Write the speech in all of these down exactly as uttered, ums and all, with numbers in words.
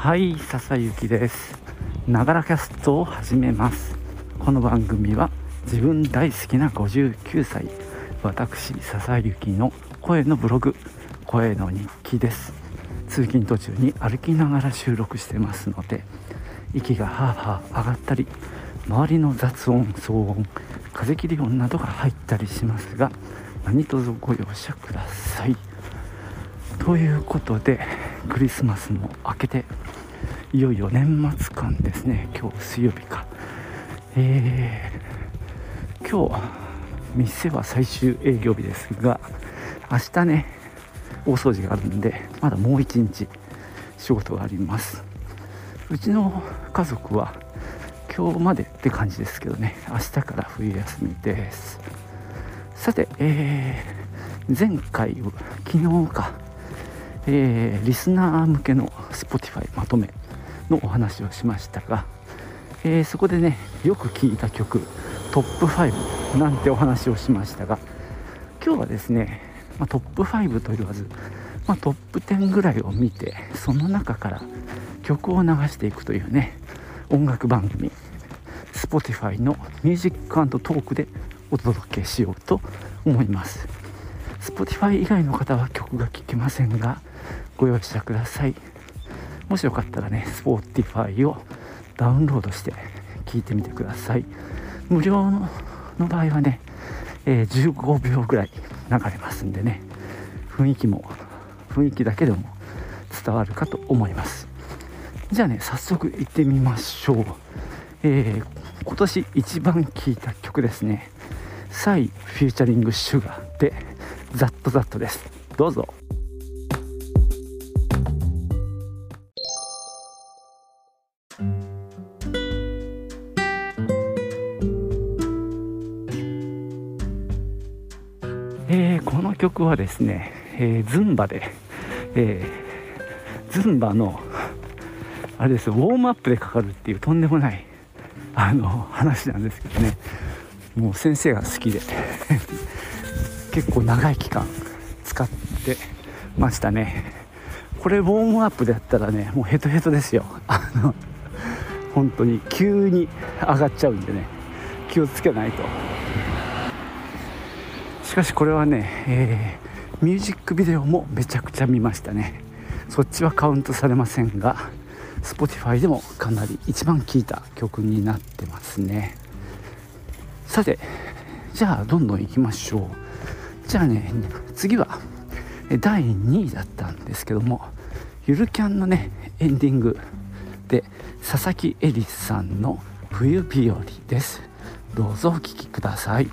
はい、笹雪です。ながらキャストを始めます。この番組は自分大好きなごじゅうきゅうさい、私笹雪の声のブログ、声の日記です。通勤途中に歩きながら収録してますので、息がハーハー上がったり、周りの雑音、騒音、風切り音などが入ったりしますが、何卒ご容赦ください。ということで、クリスマスも明けていよいよ年末間ですね。今日水曜日か。えー、今日店は最終営業日ですが、明日ね大掃除があるんで、まだもう一日仕事があります。うちの家族は今日までって感じですけどね、明日から冬休みです。さて、えー、前回昨日か、えー、リスナー向けの Spotify まとめのお話をしましたが、えー、そこでねよく聴いた曲トップファイブなんてお話をしましたが、今日はですね、まあ、トップファイブと言わず、まあ、トップテンぐらいを見て、その中から曲を流していくというね音楽番組 Spotify のミュージック&トークでお届けしようと思います。 Spotify 以外の方は曲が聴けませんがご容赦ください。もしよかったらね Spotify をダウンロードして聴いてみてください。無料の場合はね、えー、じゅうごびょうぐらい流れますんでね、雰囲気も雰囲気だけでも伝わるかと思います。じゃあね早速行ってみましょう。えー、今年一番聴いた曲ですね。サイフューチャリングシュガーでザットザットです。どうぞ。えー、この曲はですね、えー、ズンバで、えー、ズンバのあれですよ、ウォームアップでかかるっていうとんでもないあの話なんですけどね、もう先生が好きで結構長い期間使ってましたね。これウォームアップでやったらねもうヘトヘトですよ。あの本当に急に上がっちゃうんでね、気をつけないと。しかしこれはね、えー、ミュージックビデオもめちゃくちゃ見ましたね。そっちはカウントされませんが Spotify でもかなり一番聴いた曲になってますね。さて、じゃあどんどん行きましょう。じゃあね次はだいにいだったんですけども、ゆるキャンのねエンディングで佐々木恵里さんの冬日和です。どうぞお聴きください。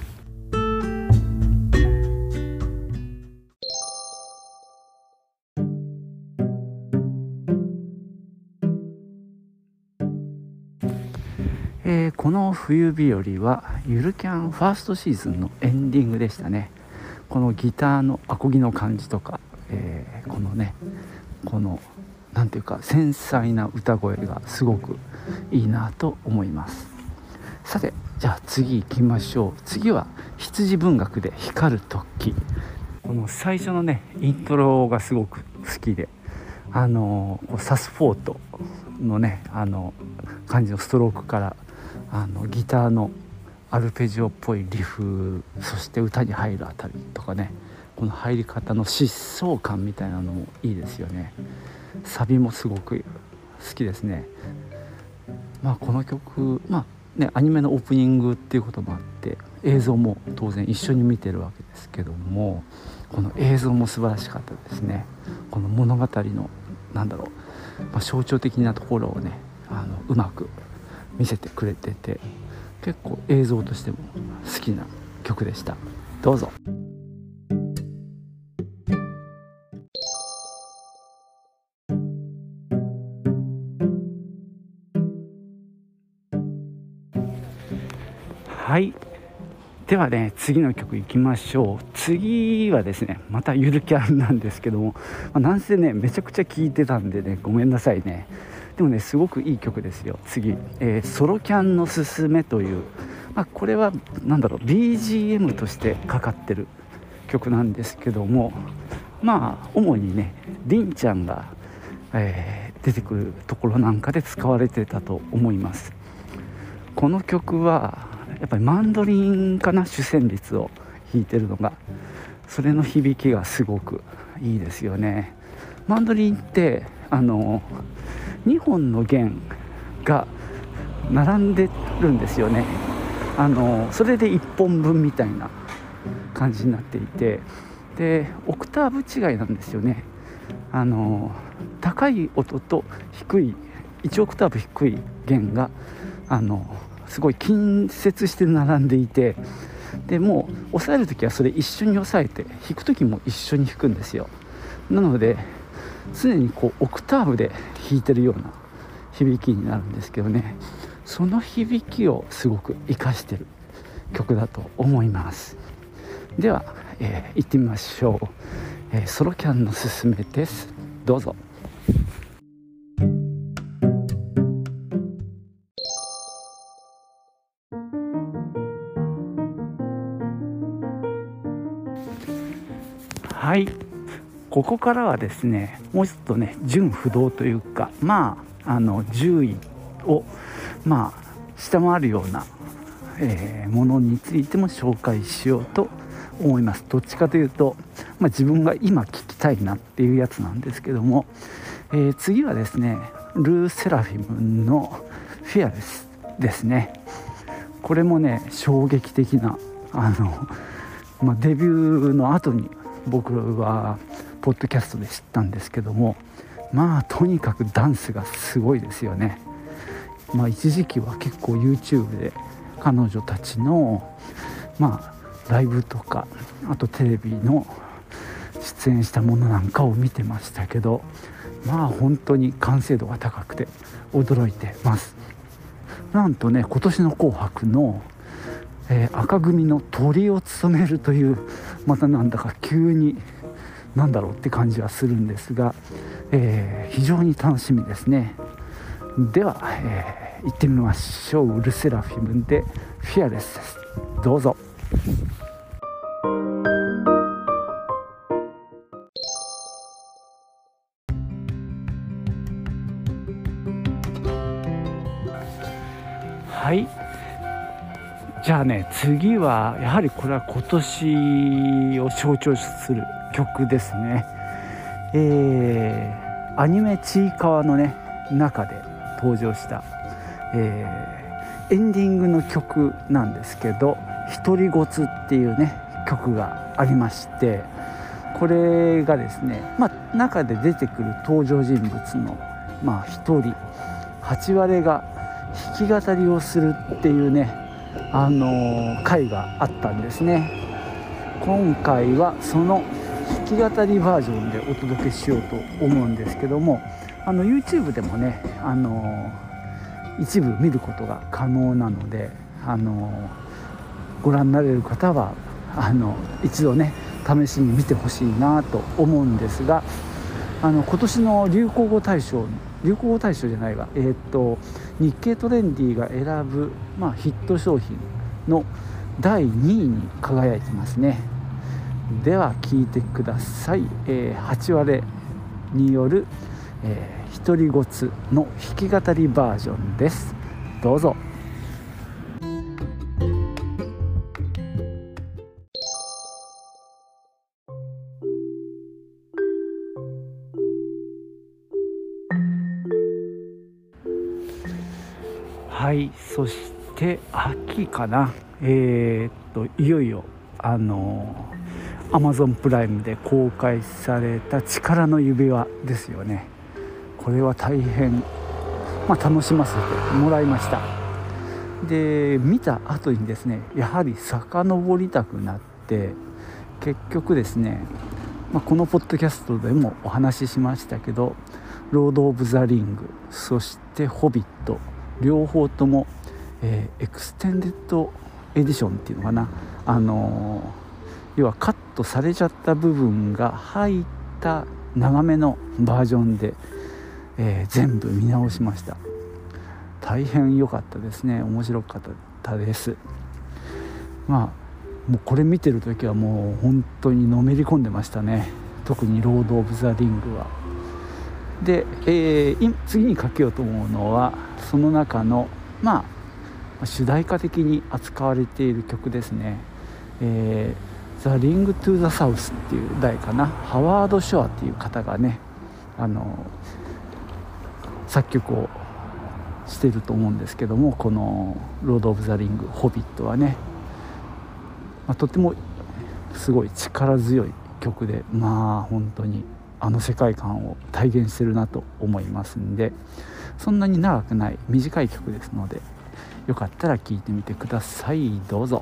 えー、この冬日和はゆるキャンファーストシーズンのエンディングでしたね。このギターのアコギの感じとか、えー、このねこのなんていうか繊細な歌声がすごくいいなと思います。さて、じゃあ次行きましょう。次は羊文学で光る突起。この最初のねイントロがすごく好きで、あのー、サスフォートのねあの感じのストロークからあのギターのアルペジオっぽいリフ、そして歌に入るあたりとかね、この入り方の疾走感みたいなのもいいですよね。サビもすごく好きですね。まあこの曲、まあねアニメのオープニングっていうこともあって映像も当然一緒に見てるわけですけども、この映像も素晴らしかったですね。この物語のなんだろう、まあ、象徴的なところをねあのうまく見せてくれてて、結構映像としても好きな曲でした。どうぞ。はい、ではね次の曲いきましょう。次はですねまたゆるキャンなんですけども、まあ、なんせねめちゃくちゃ聴いてたんでねごめんなさいね。でもねすごくいい曲ですよ。次、えー、ソロキャンのすすめという、まあ、これはなんだろう ビージーエム としてかかってる曲なんですけども、まあ主にねりんちゃんが、えー、 出てくるところなんかで使われてたと思います。この曲はやっぱりマンドリンかな、主旋律を弾いてるのが、それの響きがすごくいいですよね。マンドリンってあのにほんの弦が並んでるんですよね。あのそれでいっぽんぶんみたいな感じになっていて、でオクターブ違いなんですよね。あの高い音と低いいちオクターブ低い弦があのすごい近接して並んでいて、でもう押さえるときはそれ一緒に押さえて、弾くときも一緒に弾くんですよ。なので常にこうオクターブで弾いてるような響きになるんですけどね、その響きをすごく活かしてる曲だと思います。では、えー、行ってみましょう。えー、ソロキャンのすすめです。どうぞ。はい、ここからはですね、もうちょっとね順不動というか、まああの獣医をまあ下回るような、えー、ものについても紹介しようと思います。どっちかというと、まあ、自分が今聞きたいなっていうやつなんですけども、えー、次はですねルーセラフィムのフィアレスですね。これもね衝撃的なあの、まあ、デビューの後に僕はポッドキャストで知ったんですけども、まあとにかくダンスがすごいですよね。まあ一時期は結構 YouTube で彼女たちのまあライブとか、あとテレビの出演したものなんかを見てましたけど、まあ本当に完成度が高くて驚いてます。なんとね今年の紅白のえー、赤組の鳥を務めるという、またなんだか急になんだろうって感じはするんですが、えー、非常に楽しみですね。では、えー、行ってみましょう。ルセラフィムでフィアレスです。どうぞ。はい、じゃあね次はやはりこれは今年を象徴する曲ですね。えー、アニメちいかわのね中で登場した、えー、エンディングの曲なんですけど、ひとりごつっていうね曲がありまして、これがですね、まあ、中で出てくる登場人物のまあひとりはちわれが弾き語りをするっていうねあの回があったんですね。今回はその弾き語りバージョンでお届けしようと思うんですけども、あの YouTube でもねあの一部見ることが可能なので、あのご覧になれる方はあの一度ね試しに見てほしいなと思うんですが、あの今年の流行語大賞流行語大賞じゃないわ、えー、っと日経トレンディが選ぶ、まあ、ヒット商品のだいにいに輝いてますね。では聞いてください。えー、はちわれによる、えー、ひとりごつの弾き語りバージョンです。どうぞ。はい、そして秋かな、えー、っといよいよあの Amazon プライムで公開された力の指輪ですよね。これは大変、まあ、楽しませてもらいました。で見た後にですねやはり遡りたくなって、結局ですね、まあ、このポッドキャストでもお話ししましたけど、ロード・オブ・ザ・リングそしてホビット両方とも、えー、エクステンデッドエディションっていうのかな、あのー、要はカットされちゃった部分が入った長めのバージョンで、えー、全部見直しました。大変良かったですね。面白かったです。まあもうこれ見てる時はもう本当にのめり込んでましたね。特にロード・オブ・ザ・リングはで、えー、次にかけようと思うのはその中のまあ主題歌的に扱われている曲ですね、えー、The Ring to the South っていう題かな。ハワード・ショアっていう方がねあの作曲をしてると思うんですけども、このロード・オブ・ザ・リングホビットはね、まあ、とてもすごい力強い曲で、まあ本当にあの世界観を体現してるなと思いますんで、そんなに長くない短い曲ですのでよかったら聴いてみてください。どうぞ。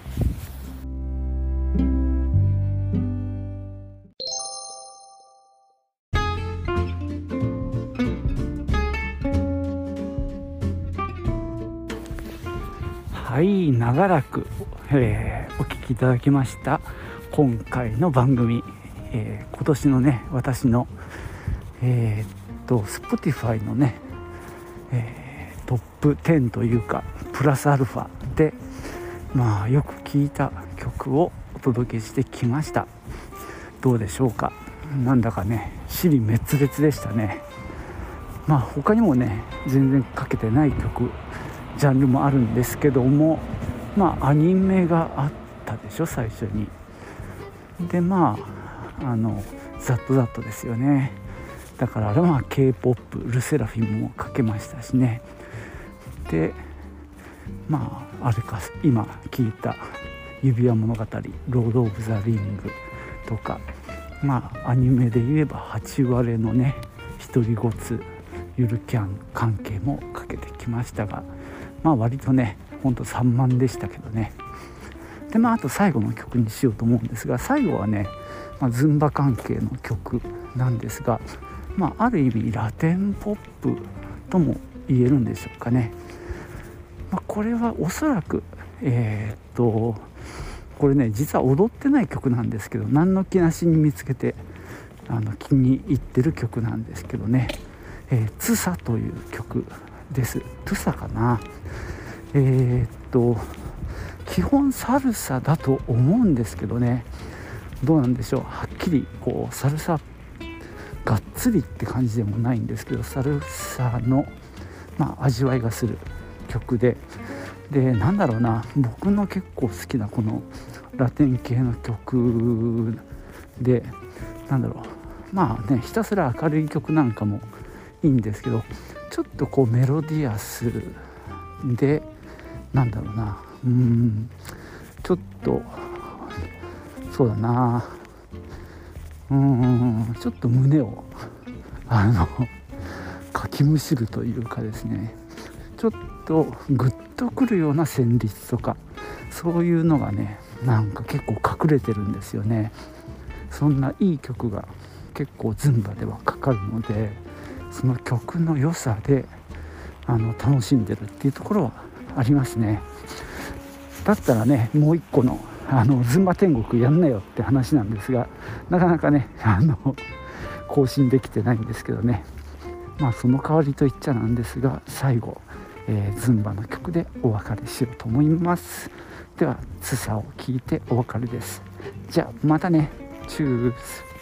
はい、長らく、えー、お聴きいただきました今回の番組、えー、今年のね私のえー、っと Spotify のね、えー、トップじゅうというかプラスアルファでまあよく聴いた曲をお届けしてきました。どうでしょうか。なんだかね支離滅裂でしたね。まあ他にもね全然かけてない曲ジャンルもあるんですけども、まあアニメがあったでしょ最初に。でまああのザットザットですよね。だからあれは K-ポップ ルセラフィムもかけましたしね。でまああれか今聞いた指輪物語ロード・オブ・ザ・リングとか、まあアニメで言えばはちわれのね一人ごつゆるキャン関係もかけてきましたが、まあ割とねほんと散漫でしたけどね。でまああと最後の曲にしようと思うんですが、最後はね、まあ、ズンバ関係の曲なんですが、まあある意味ラテンポップとも言えるんでしょうかね。まあ、これはおそらくえー、っとこれね実は踊ってない曲なんですけど、何の気なしに見つけてあの気に入ってる曲なんですけどね、えー、ツサという曲です。トゥサかな。えー、っと基本サルサだと思うんですけどね、どうなんでしょう。はっきりこうサルサがっつりって感じでもないんですけど、サルサの、まあ、味わいがする曲で、でなんだろうな、僕の結構好きなこのラテン系の曲で、なんだろう、まあねひたすら明るい曲なんかもいいんですけど、ちょっとこうメロディアスで、なんだろうな、うーんちょっとそうだな、うーんちょっと胸をあのかきむしるというかですね、ちょっとグッとくるような旋律とかそういうのがねなんか結構隠れてるんですよね。そんないい曲が結構ズンバではかかるので、その曲の良さであの楽しんでるっていうところはありますね。だったらねもう一個のあのズンバ天国やんなよって話なんですが、なかなかねあの更新できてないんですけどね。まあその代わりといっちゃなんですが、最後、えー、ズンバの曲でお別れしようと思います。ではツサを聴いてお別れです。じゃあまたね。チュース。